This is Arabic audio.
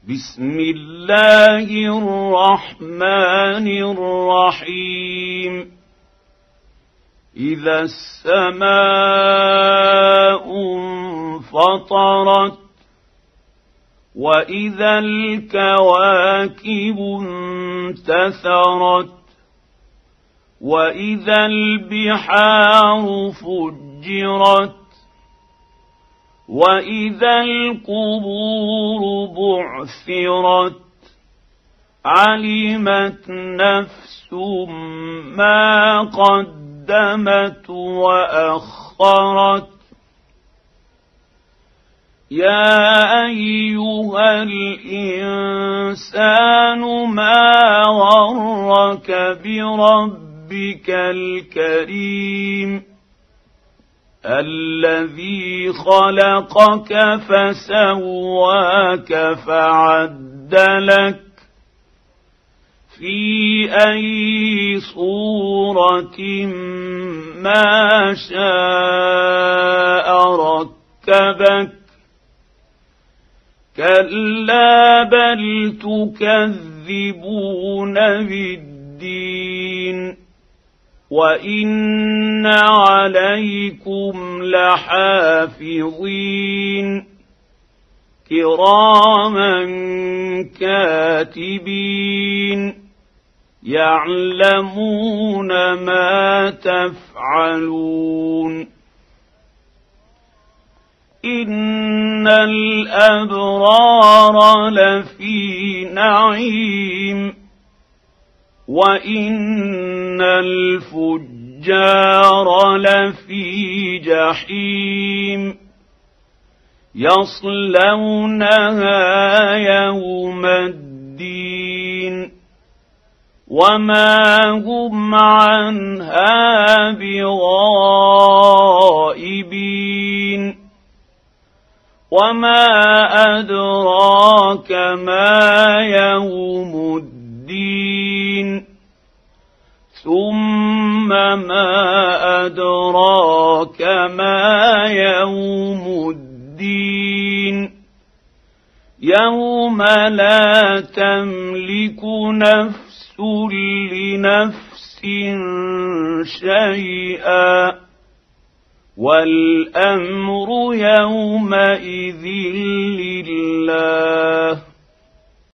بسم الله الرحمن الرحيم إذا السماء انفطرت وإذا الكواكب انتثرت وإذا البحار فجرت وإذا القبور بعثرت علمت نفس ما قدمت وأخرت يا أيها الإنسان ما غرك بربك الكريم الذي خلقك فسواك فعدلك في أي صورة ما شاء ركبك كلا بل تكذبون بالدين وإن عليكم لحافظين كراما كاتبين يعلمون ما تفعلون إن الأبرار لفي نعيم وإن الفجار لفي جحيم يصلونها يوم الدين وما هم عنها بغائبين وما أدراك ما يوم الدين ثم ما أدراك ما يوم الدين يوم لا تملك نفس لنفس شيئا والأمر يومئذ لله